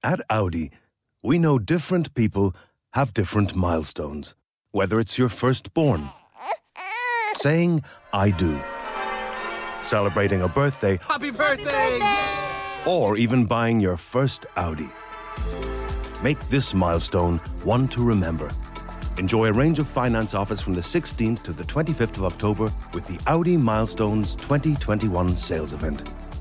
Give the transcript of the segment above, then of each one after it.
At Audi, we know different people have different milestones. Whether it's your firstborn, saying I do, celebrating a birthday, Happy birthday! or even buying your first Audi. Make this milestone one to remember. Enjoy a range of finance offers from the 16th to the 25th of October with the Audi Milestones 2021 sales event.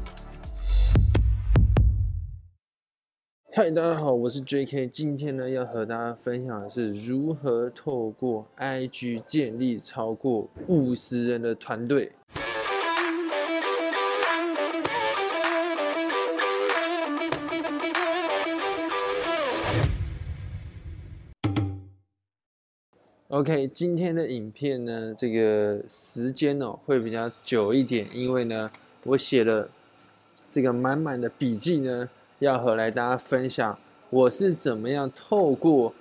嗨，大家好，我是 JK。今天呢，要和大家分享的是如何透过 IG 建立超过50人的团队。OK， 今天的影片呢，这个时间会比较久一点，因为呢，我写了这个满满的笔记呢。要和来大家分享我是怎么样透过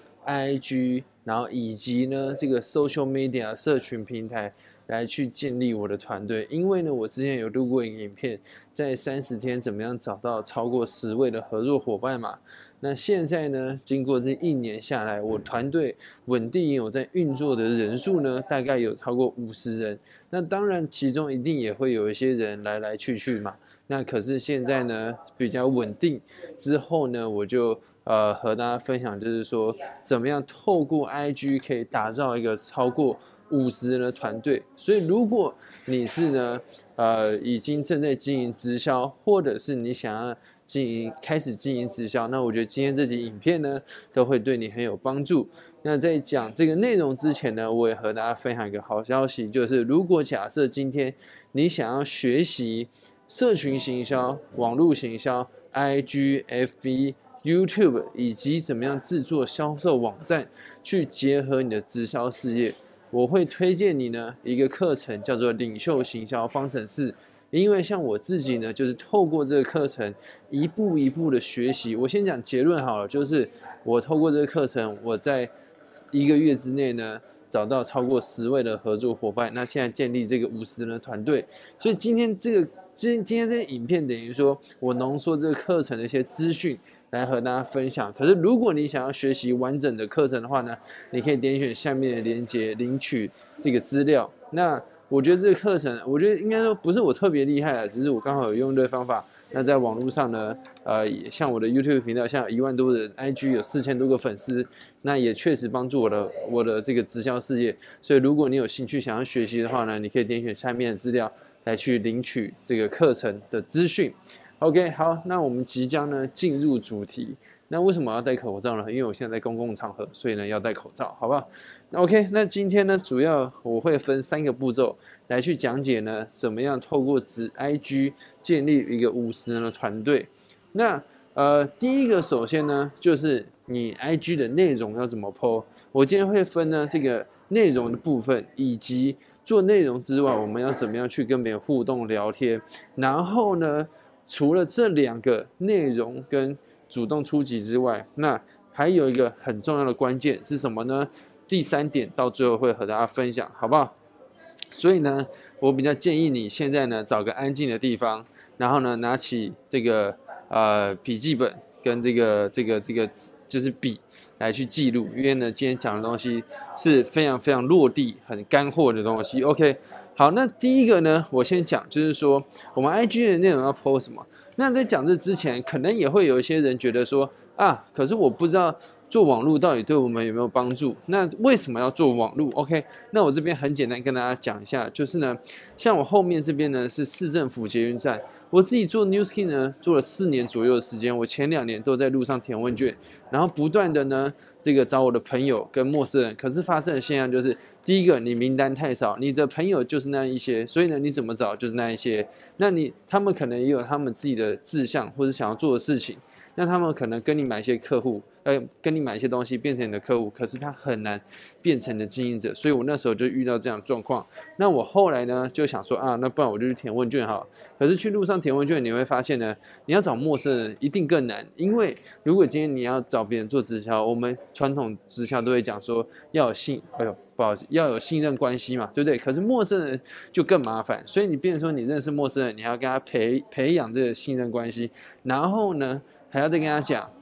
IG， 然后以及呢这个 social media 社群平台来去建立我的团队。因为呢我之前有录过一个影片，在30天怎么样找到超过10位的合作伙伴嘛。那现在呢经过这1年下来，我团队稳定有在运作的人数呢大概有超过50人。那当然其中一定也会有一些人来来去去嘛。那可是现在呢比较稳定，之后呢我就和大家分享，就是说怎么样透过 IG 可以打造一个超过50人的团队。所以如果你是呢已经正在经营直销，或者是你想要开始经营直销，那我觉得今天这集影片呢都会对你很有帮助。那在讲这个内容之前呢，我也和大家分享一个好消息，就是如果假设今天你想要学习社群行销、网络行销、IG、FB、YouTube 以及怎么样制作销售网站，去结合你的直销事业，我会推荐你呢一个课程，叫做领袖行销方程式。因为像我自己呢，就是透过这个课程一步一步的学习。我先讲结论好了，就是我透过这个课程，我在1个月之内呢找到超过10位的合作伙伴。那现在建立这个50人的团队，所以今天这个影片等于说我浓缩这个课程的一些资讯来和大家分享。可是如果你想要学习完整的课程的话呢，你可以点选下面的链接领取这个资料。那我觉得这个课程，我觉得应该说不是我特别厉害的，只是我刚好有用对方法。那在网络上呢，像我的 YouTube 频道，像有1万多人 ，IG 有4000多个粉丝，那也确实帮助我的这个直销事业。所以如果你有兴趣想要学习的话呢，你可以点选下面的资料来去领取这个课程的资讯。OK， 好，那我们即将呢进入主题。那为什么要戴口罩呢？因为我现在在公共场合，所以呢要戴口罩，好不好？ OK， 那今天呢主要我会分3个步骤来去讲解呢，怎么样透过IG 建立一个50人的团队。那第一个首先呢就是你 IG 的内容要怎么 po。我今天会分呢这个内容的部分，以及做内容之外，我们要怎么样去跟别人互动聊天。然后呢，除了这2个内容跟主动出击之外，那还有一个很重要的关键是什么呢？第3点到最后会和大家分享，好不好？所以呢，我比较建议你现在呢找个安静的地方，然后呢拿起这个笔记本跟这个就是笔来去记录，因为呢今天讲的东西是非常非常落地、很干货的东西。OK， 好，那第一个呢，我先讲，就是说我们 IG 的内容要 po 什么。那在讲这之前，可能也会有一些人觉得说啊，可是我不知道做网络到底对我们有没有帮助？那为什么要做网络 ？OK， 那我这边很简单跟大家讲一下，就是呢，像我后面这边呢是市政府捷运站，我自己做 New Skin 呢做了4年左右的时间，我前2年都在路上填问卷，然后不断的呢这个找我的朋友跟陌生人，可是发生的现象就是，第一个你名单太少，你的朋友就是那一些，所以呢你怎么找就是那一些，那他们可能也有他们自己的志向或者想要做的事情。那他们可能跟你买一些客户，跟你买一些东西变成你的客户，可是他很难变成你的经营者，所以我那时候就遇到这样的状况。那我后来呢就想说啊，那不然我就去填问卷好了。可是去路上填问卷，你会发现呢，你要找陌生人一定更难，因为如果今天你要找别人做直销，我们传统直销都会讲说要有不好意思，要有信任关系嘛，对不对？可是陌生人就更麻烦，所以你变成说你认识陌生人，你还要跟他培养这个信任关系，然后呢还要再跟他讲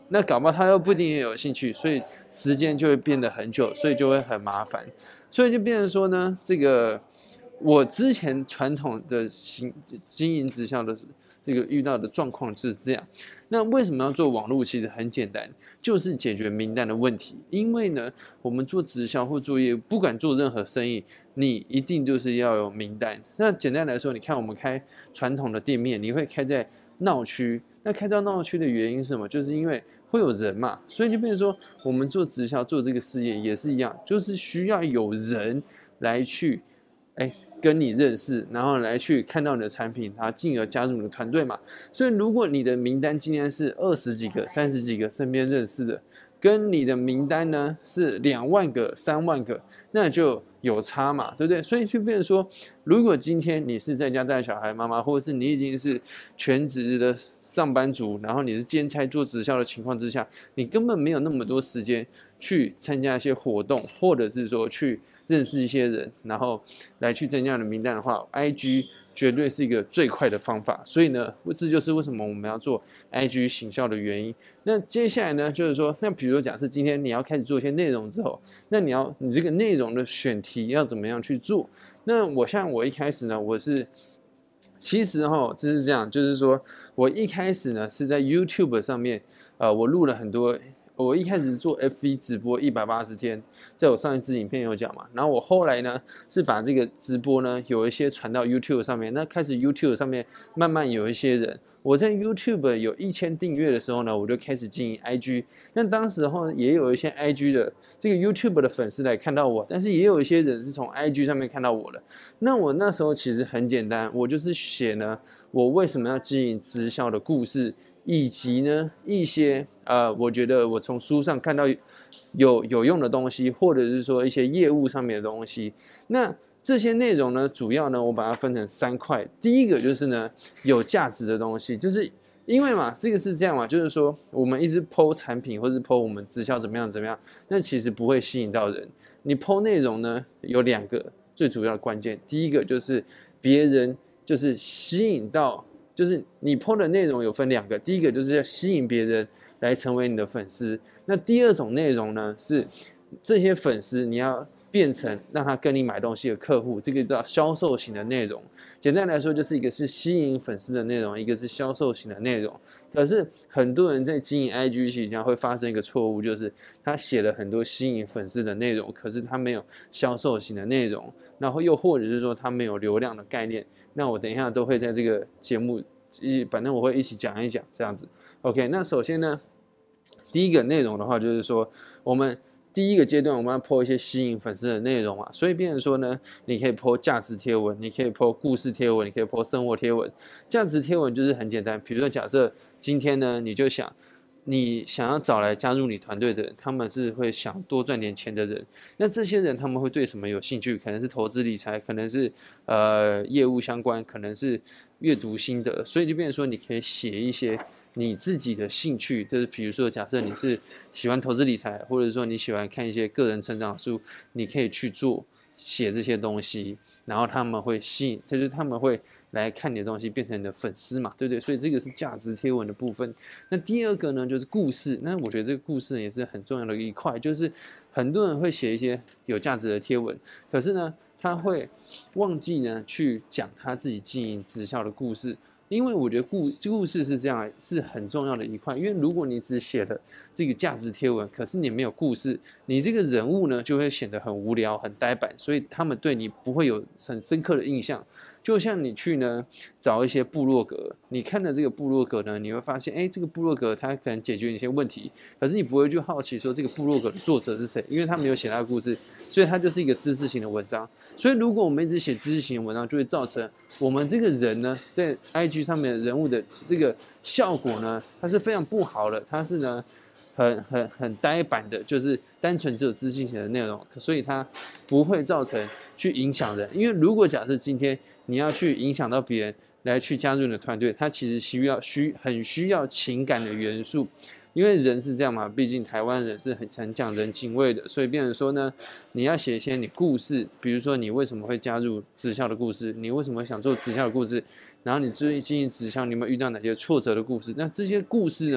那搞不好他又不一定也有兴趣，所以时间就会变得很久，所以就会很麻烦，所以就变成说呢，这个我之前传统的经营直销的这个遇到的状况是这样。那为什么要做网络？其实很简单，就是解决名单的问题。因为呢，我们做直销或做业务，不管做任何生意，你一定就是要有名单。那简单来说，你看我们开传统的店面，你会开在闹区。那开到闹区的原因是什么？就是因为会有人嘛，所以就变成说，我们做直销做这个事业也是一样，就是需要有人来去，跟你认识，然后来去看到你的产品，然后进而加入你的团队嘛。所以如果你的名单今天是20几个、30几个身边认识的，跟你的名单呢是2万个、3万个，那就有差嘛，对不对？所以就变成说，如果今天你是在家带小孩妈妈，或者是你已经是全职的上班族，然后你是兼差做直销的情况之下，你根本没有那么多时间去参加一些活动，或者是说去认识一些人，然后来去增加你的名单的话 ，IG 绝对是一个最快的方法。所以呢，这就是为什么我们要做 IG 行销的原因。那接下来呢，就是说，那比如说假设今天你要开始做一些内容之后，那你这个内容的选题要怎么样去做？那我一开始呢，其实这是这样，就是说我一开始呢是在 YouTube 上面，我录了很多。我一开始做 FB 直播180天，在我上一支影片有讲嘛，然后我后来呢是把这个直播呢有一些传到 YouTube 上面，那开始 YouTube 上面慢慢有一些人，我在 YouTube 有1000订阅的时候呢，我就开始经营 IG， 那当时也有一些 IG 的这个 YouTube 的粉丝来看到我，但是也有一些人是从 IG 上面看到我的，那我那时候其实很简单，我就是写呢我为什么要经营直销的故事。以及呢一些我觉得我从书上看到有用的东西，或者是说一些业务上面的东西。那这些内容呢，主要呢我把它分成3块。第一个就是呢有价值的东西，就是因为嘛这个是这样嘛，就是说我们一直 po 产品或是 po 我们直销怎么样，那其实不会吸引到人。你 po 内容呢有2个最主要的关键，第一个就是别人就是吸引到。就是你 po 的内容有分2个，第一个就是要吸引别人来成为你的粉丝，那第2种内容呢是这些粉丝你要变成让他跟你买东西的客户，这个叫销售型的内容。简单来说，就是一个是吸引粉丝的内容，一个是销售型的内容。可是很多人在经营 IG 期间会发生一个错误，就是他写了很多吸引粉丝的内容，可是他没有销售型的内容，然后又或者是说他没有流量的概念。那我等一下都会在这个节目，反正我会一起讲一讲这样子。OK， 那首先呢，第一个内容的话，就是说我们第一个阶段我们要 po 一些吸引粉丝的内容啊，所以变成说呢，你可以 po 价值贴文，你可以 po 故事贴文，你可以 po 生活贴文。价值贴文就是很简单，比如说假设今天呢，你想要找来加入你团队的人，他们是会想多赚点钱的人。那这些人他们会对什么有兴趣？可能是投资理财，可能是业务相关，可能是阅读心得。所以就变成说，你可以写一些你自己的兴趣，就是比如说，假设你是喜欢投资理财，或者说你喜欢看一些个人成长书，你可以去写这些东西，然后他们会吸引，就是他们会来看你的东西，变成你的粉丝嘛，对不对？所以这个是价值贴文的部分。那第2个呢，就是故事。那我觉得这个故事也是很重要的一块，就是很多人会写一些有价值的贴文，可是呢，他会忘记呢去讲他自己经营直销的故事。因为我觉得故事是这样，是很重要的一块。因为如果你只写了这个价值贴文，可是你没有故事，你这个人物呢就会显得很无聊、很呆板，所以他们对你不会有很深刻的印象。就像你去呢找一些部落格，你看的这个部落格呢，你会发现，这个部落格它可能解决你一些问题，可是你不会去好奇说这个部落格的作者是谁，因为他没有写他的故事，所以它就是一个知识型的文章。所以如果我们一直写知识型的文章，就会造成我们这个人呢，在 IG 上面的人物的这个效果呢，它是非常不好的，它是呢很呆板的，就是单纯只有知识型的内容，所以它不会造成去影响人。因为如果假设今天你要去影响到别人来去加入你的团队，它其实很需要情感的元素。因为人是这样嘛，毕竟台湾人是很讲人情味的，所以变成说呢，你要写一些你故事，比如说你为什么会加入直销的故事，你为什么想做直销的故事，然后你最近经营直销，你有没有遇到哪些挫折的故事？那这些故事呢，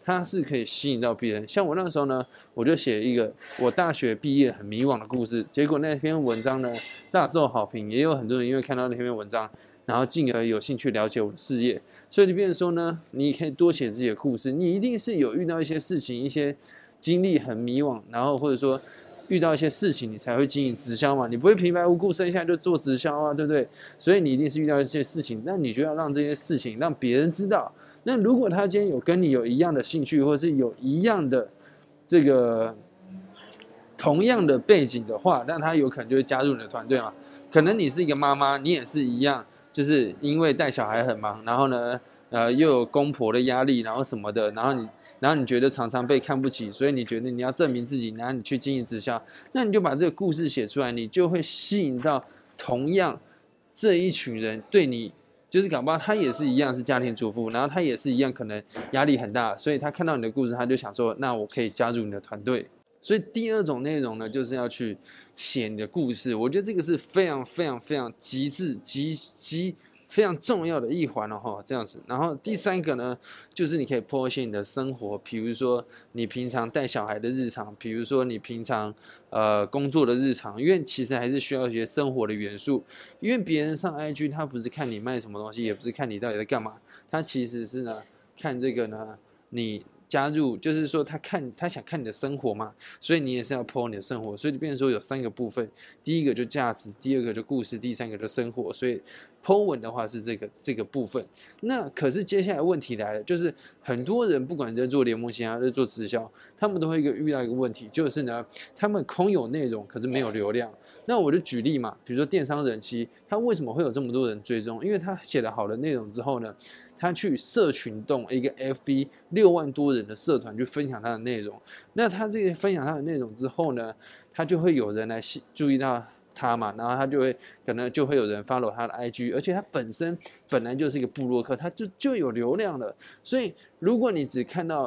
它是可以吸引到别人。像我那时候呢，我就写一个我大学毕业很迷惘的故事，结果那篇文章呢大受好评，也有很多人因为看到那篇文章，然后进而有兴趣了解我的事业。所以就变成说呢，你可以多写自己的故事，你一定是有遇到一些事情，一些经历很迷惘，然后或者说遇到一些事情，你才会经营直销嘛，你不会平白无故生下来就做直销啊，对不对？所以你一定是遇到一些事情，那你就要让这些事情让别人知道。那如果他今天有跟你有一样的兴趣，或者是有一样的这个同样的背景的话，那他有可能就会加入你的团队嘛。可能你是一个妈妈，你也是一样，就是因为带小孩很忙，然后呢，又有公婆的压力，然后什么的，然后你觉得常常被看不起，所以你觉得你要证明自己，然后你去经营直销，那你就把这个故事写出来，你就会吸引到同样这一群人对你。就是搞不好他也是一样是家庭主妇，然后他也是一样可能压力很大，所以他看到你的故事，他就想说，那我可以加入你的团队。所以第二种内容呢，就是要去写你的故事。我觉得这个是非常非常非常极致非常重要的一环哦，这样子。然后第三个呢，就是你可以po一些你的生活，比如说你平常带小孩的日常，比如说你平常工作的日常，因为其实还是需要一些生活的元素。因为别人上 IG 他不是看你卖什么东西，也不是看你到底在干嘛，他其实是呢看这个呢你。加入就是说他想看你的生活嘛，所以你也是要 po 你的生活，所以就变成说有3个部分，第一个就价值，第二个就故事，第3个就生活，所以 po 文的话是这个部分。那可是接下来问题来了，就是很多人不管在做联盟行销还是做直销，他们都会遇到一个问题，就是呢他们空有内容，可是没有流量。那我就举例嘛，比如说电商人妻，他为什么会有这么多人追踪？因为他写了好的内容之后呢，他去社群动一个 FB 6万多人的社团去分享他的内容。那他这个分享他的内容之后呢，他就会有人来注意到他嘛，然后他可能就会有人 follow 他的 IG， 而且他本来就是一个部落客，他就有流量了。所以如果你只看到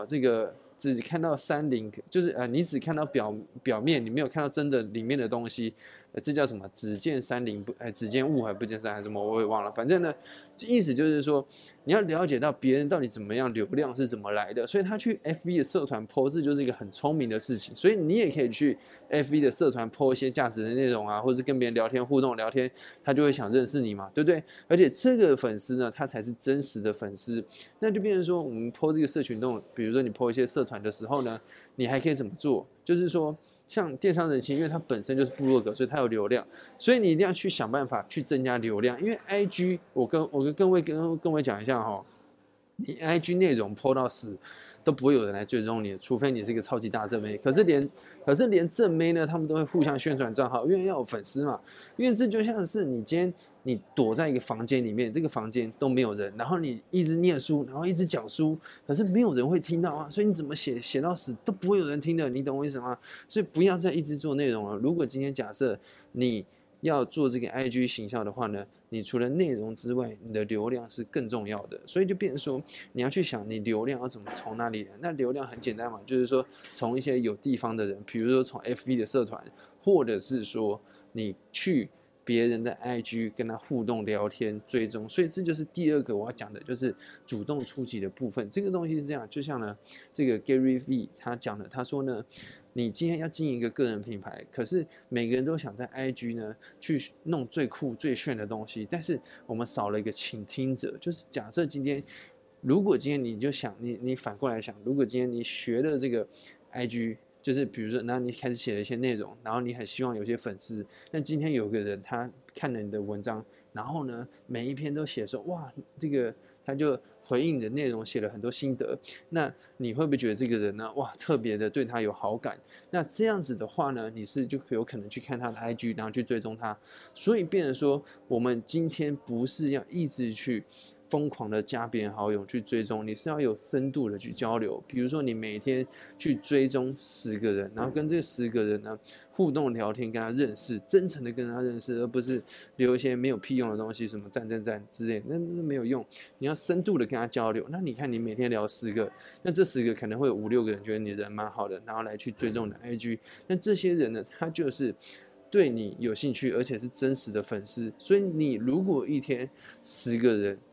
30，就是你只看到表面，你没有看到真的里面的东西，这叫什么？只见30只见物还不见山，还是什么？我也忘了。反正呢，意思就是说，你要了解到别人到底怎么样，流量是怎么来的。所以他去 FB 的社团 po 这就是一个很聪明的事情。所以你也可以去 FB 的社团 po 一些价值的内容啊，或者是跟别人聊天互动聊天，他就会想认识你嘛，对不对？而且这个粉丝呢，他才是真实的粉丝。那就变成说，我们 po 这个社群动，比如说你 po 一些社团的时候呢，你还可以怎么做？就是说。像电商人气，因为它本身就是部落格，所以它有流量，所以你一定要去想办法去增加流量。因为 IG， 我跟各位讲一下哈，你 IG 内容 po 到死，都不会有人来追踪你，除非你是一个超级大正妹。可是连正妹呢，他们都会互相宣传账号，因为要有粉丝嘛。因为这就像是你今天你躲在一个房间里面，这个房间都没有人，然后你一直念书，然后一直讲书，可是没有人会听到啊，所以你怎么写到死都不会有人听的，你懂我意思吗？所以不要再一直做内容了。如果今天假设你要做这个 IG 行销的话呢，你除了内容之外，你的流量是更重要的，所以就变成说你要去想你流量要怎么从哪里来。那流量很简单嘛，就是说从一些有地方的人，比如说从 FB 的社团，或者是说你去别人的 IG 跟他互动聊天追踪，所以这就是第二个我要讲的，就是主动出击的部分。这个东西是这样，就像呢，这个 Gary V 他讲的，他说呢，你今天要经营一个个人品牌，可是每个人都想在 IG 呢去弄最酷最炫的东西，但是我们少了一个倾听者，就是假设今天。如果今天你就想你反过来想，如果今天你学了这个 IG，就是比如说，然后你开始写了一些内容，然后你很希望有些粉丝，但今天有个人他看了你的文章，然后呢每一篇都写说哇，这个他就回应你的内容写了很多心得，那你会不会觉得这个人呢哇特别的对他有好感？那这样子的话呢，你就有可能去看他的 IG， 然后去追踪他，所以变成说我们今天不是要一直去。疯狂的加别人好友去追踪，你是要有深度的去交流。比如说，你每天去追踪10个人，然后跟这10个人呢互动聊天，跟他认识，真诚的跟他认识，而不是留一些没有屁用的东西，什么赞之类的，那没有用。你要深度的跟他交流。那你看，你每天聊10个，那这10个可能会有5、6个人觉得你人蛮好的，然后来去追踪你的 IG。那这些人呢，他就是对你有兴趣，而且是真实的粉丝。所以你如果一天10个人。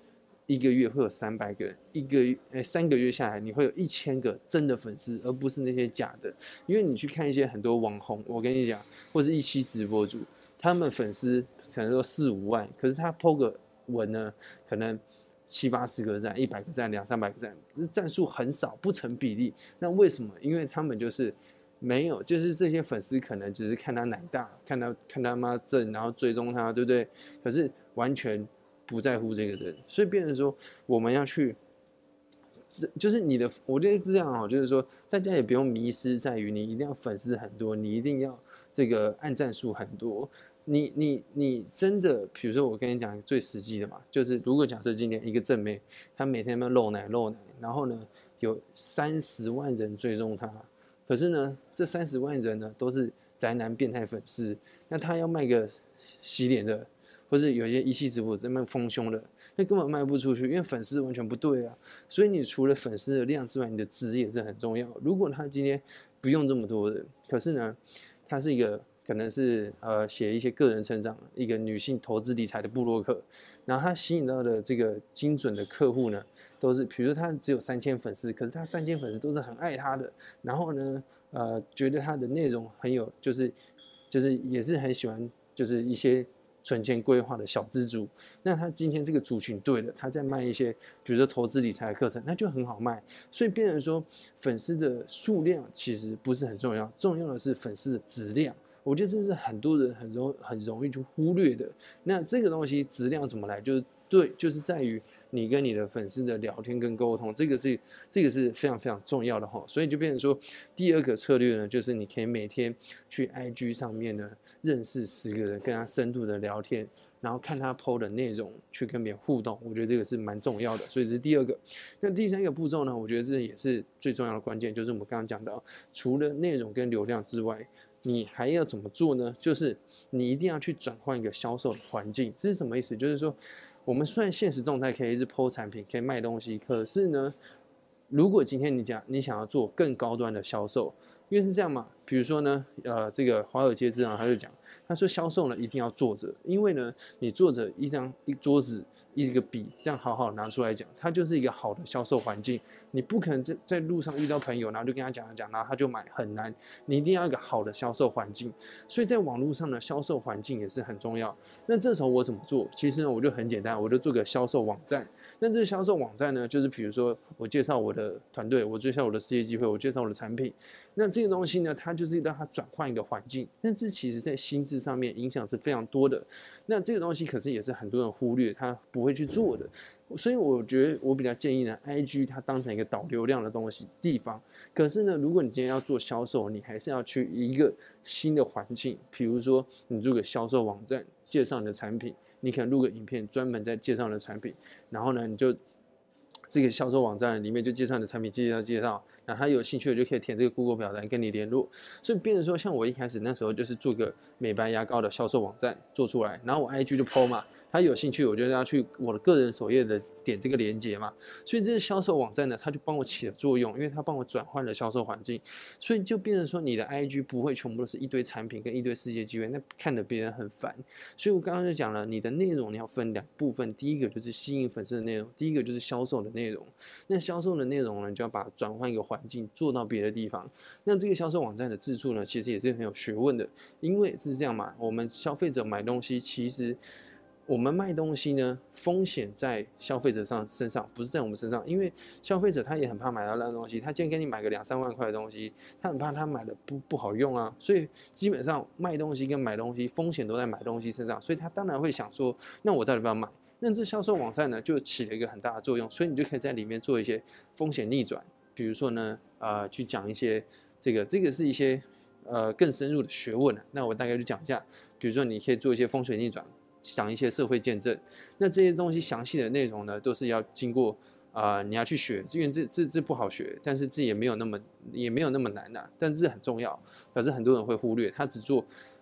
一个月会有300个人，3个月下来，你会有1000个真的粉丝，而不是那些假的。因为你去看一些很多网红，我跟你讲，或是一期直播主，他们粉丝可能都4、5万，可是他 po 个文呢，可能70、80个赞，100个赞，200、300个赞，赞数很少，不成比例。那为什么？因为他们就是没有，就是这些粉丝可能只是看他奶大，看他妈正，然后追踪他，对不对？可是完全不在乎这个人，所以变成说我们要去，就是你的，我觉得这样哦，就是说大家也不用迷失在于你一定要粉丝很多，你一定要这个按赞数很多。你真的，比如说我跟你讲最实际的嘛，就是如果假设今天一个正妹，她每天都露奶，然后呢有30万人追踪她，可是呢这30万人呢都是宅男变态粉丝，那她要卖个洗脸的。或是有些一期直播在卖丰胸的，那根本卖不出去，因为粉丝完全不对啊。所以你除了粉丝的量之外，你的值也是很重要。如果他今天不用这么多人，可是呢，他是一个可能是写一些个人成长、一个女性投资理财的部落客，然后他吸引到的这个精准的客户呢，都是比如说他只有3000粉丝，可是他3000粉丝都是很爱他的，然后呢，觉得他的内容很有，就是也是很喜欢，就是一些存钱规划的小资族，那他今天这个族群对了，他在卖一些比如说投资理财的课程，那就很好卖。所以变成说，粉丝的数量其实不是很重要，重要的是粉丝的质量。我觉得这是很多人很容易去忽略的。那这个东西质量怎么来？就是在于你跟你的粉丝的聊天跟沟通，这个是非常非常重要的哈。所以就变成说，第二个策略呢，就是你可以每天去 IG 上面呢认识10个人，跟他深度的聊天，然后看他 PO 的内容，去跟别人互动。我觉得这个是蛮重要的。所以这是第二个。那第三个步骤呢，我觉得这也是最重要的关键，就是我们刚刚讲到，除了内容跟流量之外，你还要怎么做呢？就是你一定要去转换一个销售的环境。这是什么意思？就是说，我们虽然现实动态可以一直 PO 产品，可以卖东西，可是呢，如果今天你想要做更高端的销售，因为是这样嘛，比如说呢，这个华尔街之狼他就讲，他说销售呢一定要坐着，因为呢，你坐着一桌子一个笔，这样好好拿出来讲，它就是一个好的销售环境。你不可能在路上遇到朋友，然后就跟他讲，然后他就买，很难。你一定要一个好的销售环境，所以在网络上的销售环境也是很重要。那这时候我怎么做？其实呢，我就很简单，我就做个销售网站。那这个销售网站呢，就是比如说我介绍我的团队，我介绍我的事业机会，我介绍我的产品。那这个东西呢，它就是让它转换一个环境。那这其实在心智上面影响是非常多的。那这个东西可是也是很多人忽略，他不会去做的。所以我觉得我比较建议呢 ，IG 它当成一个导流量的地方。可是呢，如果你今天要做销售，你还是要去一个新的环境，比如说你做个销售网站，介绍你的产品，你可能录个影片专门在介绍你的产品，然后呢，你就这个销售网站里面就介绍你的产品，介绍，然后他有兴趣的就可以填这个 Google 表单跟你联络。所以变成说，像我一开始那时候就是做个美白牙膏的销售网站做出来，然后我 IG 就 PO 嘛。他有兴趣，我就要去我的个人首页的点这个连结嘛，所以这个销售网站呢，它就帮我起了作用，因为它帮我转换了销售环境，所以就变成说你的 IG 不会全部都是一堆产品跟一堆世界机会，那看得别人很烦。所以我刚刚就讲了，你的内容你要分2部分，第一个就是吸引粉丝的内容，第一个就是销售的内容。那销售的内容呢，你就要把它转换一个环境，做到别的地方。那这个销售网站的制作呢，其实也是很有学问的，因为是这样嘛，我们消费者买东西其实。我们卖东西呢，风险在消费者身上，不是在我们身上。因为消费者他也很怕买到烂东西，他今天跟你买个2、3万块的东西，他很怕他买的不好用啊。所以基本上卖东西跟买东西风险都在买东西身上，所以他当然会想说，那我到底要不要买？那这销售网站呢，就起了一个很大的作用，所以你就可以在里面做一些风险逆转，比如说呢，去讲一些这个是一些更深入的学问啊。那我大概就讲一下，比如说你可以做一些风水逆转。讲一些社会见证，那这些东西详细的内容呢，都是要经过你要去学，因为这不好学，但是这也没有那么难呐、但这很重要。可是很多人会忽略，他只做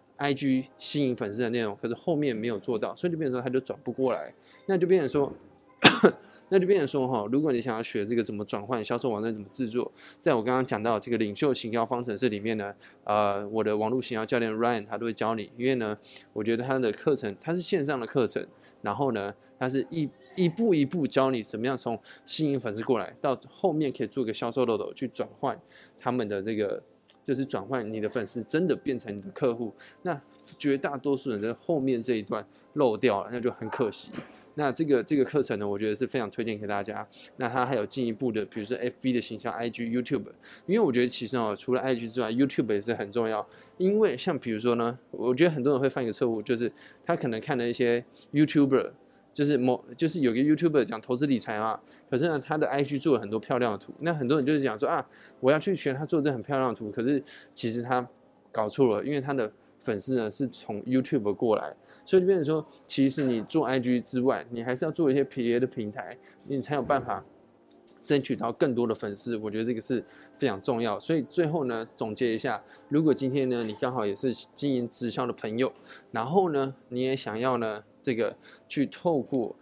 IG 吸引粉丝的内容，可是后面没有做到，所以就变成说他就转不过来，那就变成说。哈，如果你想要学这个怎么转换销售网站怎么制作，在我刚刚讲到这个领袖行销方程式里面呢，我的网络行销教练 Ryan 他都会教你，因为呢，我觉得他的课程它是线上的课程， 然后呢，它是一步一步教你怎么样从吸引粉丝过来，到后面可以做个销售漏斗去转换他们的这个，就是转换你的粉丝真的变成你的客户。那绝大多数人在后面这一段漏掉了，那就很可惜。那这个课程呢，我觉得是非常推荐给大家。那它还有进一步的，比如说 FB 的形象、IG、YouTube， 因为我觉得其实除了 IG 之外 ，YouTube 也是很重要。因为像比如说呢，我觉得很多人会犯一个错误，就是他可能看了一些 YouTuber， 就是有个 YouTuber 讲投资理财嘛，可是呢他的 IG 做了很多漂亮的图，那很多人就是讲说啊，我要去学他做这很漂亮的图，可是其实他搞错了，因为他的粉丝呢是从 YouTube 过来，所以就变成说，其实你做 IG 之外，你还是要做一些别的平台，你才有办法争取到更多的粉丝。我觉得这个是非常重要。所以最后呢，总结一下，如果今天呢你刚好也是经营直销的朋友，然后呢你也想要呢这个去透过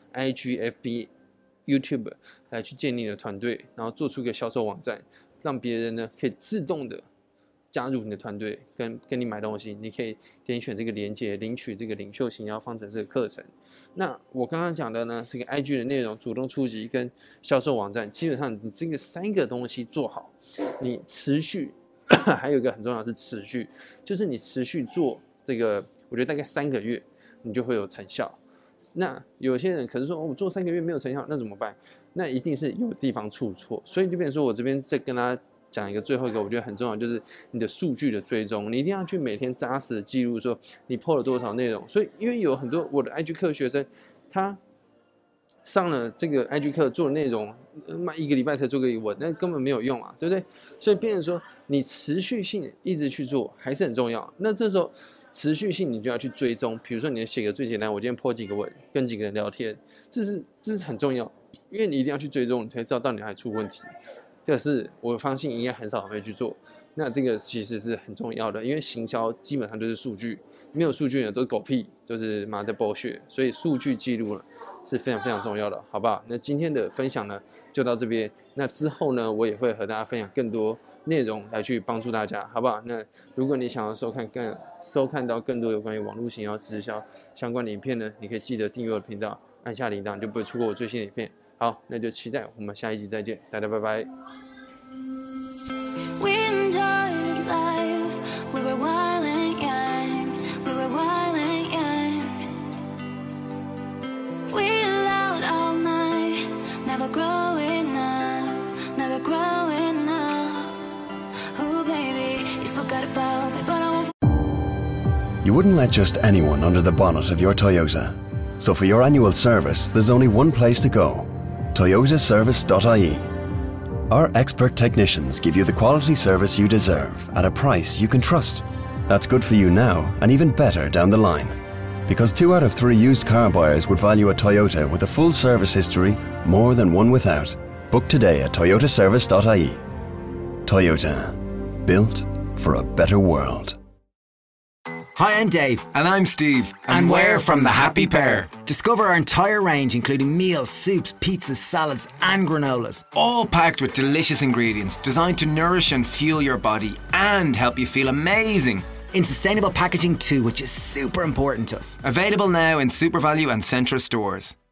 IG、FB、YouTube 来去建立你的团队，然后做出一个销售网站，让别人呢可以自动的加入你的团队，跟你买东西，你可以点选这个连结，领取这个领袖行销方程式的课程。那我刚刚讲的呢，这个 IG 的内容、主动出击跟销售网站，基本上你这个3个东西做好，你持续，还有一个很重要的是持续，就是你持续做这个，我觉得大概3个月，你就会有成效。那有些人可是说，我做3个月没有成效，那怎么办？那一定是有地方出错，所以就变成说我这边再跟大家讲一个最后一个，我觉得很重要，就是你的数据的追踪，你一定要去每天扎实的记录说你 po 了多少内容。所以因为有很多我的 IG 课学生，他上了这个 IG 课做的内容，1个礼拜才做个1文，那根本没有用啊，对不对？所以变成说你持续性一直去做还是很重要。那这时候持续性你就要去追踪，比如说你写个最简单，我今天 po 几个文，跟几个人聊天，这是很重要，因为你一定要去追踪，你才知道到底哪里出问题。这个是我相信应该很少人会去做，那这个其实是很重要的，因为行销基本上就是数据，没有数据呢都是狗屁，都是妈的bullshit，所以数据记录呢是非常非常重要的，好不好？那今天的分享呢就到这边，那之后呢我也会和大家分享更多内容来去帮助大家，好不好？那如果你想要收看到更多有关于网络行销、直销相关的影片呢，你可以记得订阅我的频道，按下铃铛，就不会错过我最新的影片。好，那就期待我们下一集再见，大家拜拜。We enjoyed life, we were wild and young, we were wild and young. We allowed all night, never growing up, never growing up. Oh baby, you forgot about me, but I won't. You wouldn't let just anyone under the bonnet of your Toyota. So for your annual service, there's only one place to go. ToyotaService.ie. Our expert technicians give you the quality service you deserve at a price you can trust. That's good for you now and even better down the line. Because 2 out of 3 used car buyers would value a Toyota with a full service history more than one without. Book today at ToyotaService.ie. Toyota. Built for a better world. Hi, I'm Dave. And I'm Steve. And we're from The Happy Pear. Discover our entire range, including meals, soups, pizzas, salads, and granolas. All packed with delicious ingredients designed to nourish and fuel your body and help you feel amazing. In sustainable packaging too, which is super important to us. Available now in SuperValu and Centra stores.